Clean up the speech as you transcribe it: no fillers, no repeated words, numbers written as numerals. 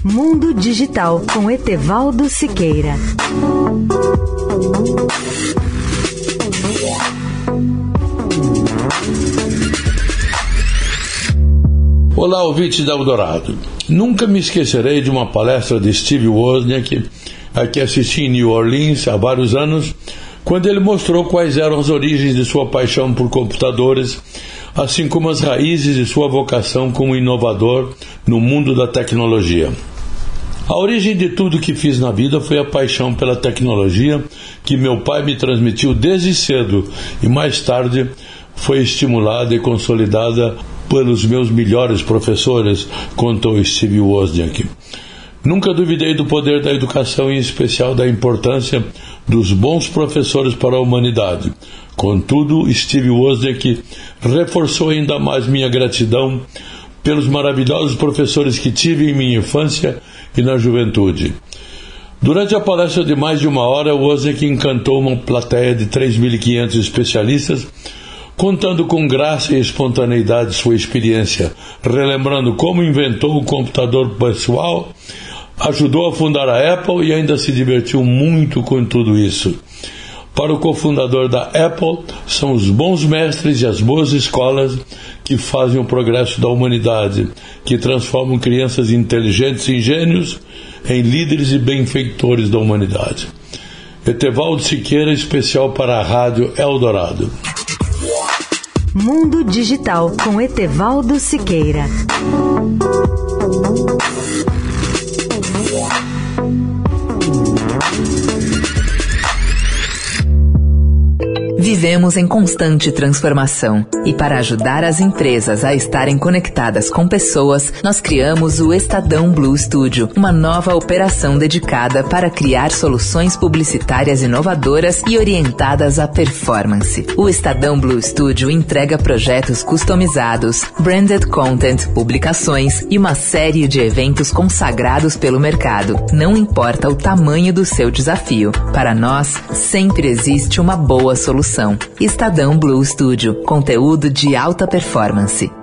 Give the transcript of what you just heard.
Mundo Digital com Etevaldo Siqueira. Olá, ouvintes da Eldorado. Nunca me esquecerei de uma palestra de Steve Wozniak, a que assisti em New Orleans há vários anos, quando ele mostrou quais eram as origens de sua paixão por computadores, assim como as raízes de sua vocação como inovador no mundo da tecnologia. A origem de tudo que fiz na vida foi a paixão pela tecnologia que meu pai me transmitiu desde cedo e mais tarde foi estimulada e consolidada pelos meus melhores professores, contou Steve Wozniak. Nunca duvidei do poder da educação e em especial da importância dos bons professores para a humanidade. Contudo, Steve Wozniak reforçou ainda mais minha gratidão pelos maravilhosos professores que tive em minha infância e na juventude. Durante a palestra de mais de uma hora, Wozniak encantou uma plateia de 3.500 especialistas, contando com graça e espontaneidade sua experiência, relembrando como inventou o computador pessoal, ajudou a fundar a Apple e ainda se divertiu muito com tudo isso. Para o cofundador da Apple, são os bons mestres e as boas escolas que fazem o progresso da humanidade, que transformam crianças inteligentes e gênios em líderes e benfeitores da humanidade. Etevaldo Siqueira, especial para a Rádio Eldorado. Mundo Digital com Etevaldo Siqueira. Vivemos em constante transformação e para ajudar as empresas a estarem conectadas com pessoas, nós criamos o Estadão Blue Studio, uma nova operação dedicada para criar soluções publicitárias inovadoras e orientadas à performance. O Estadão Blue Studio entrega projetos customizados, branded content, publicações e uma série de eventos consagrados pelo mercado. Não importa o tamanho do seu desafio, para nós sempre existe uma boa solução. Estadão Blue Studio, conteúdo de alta performance.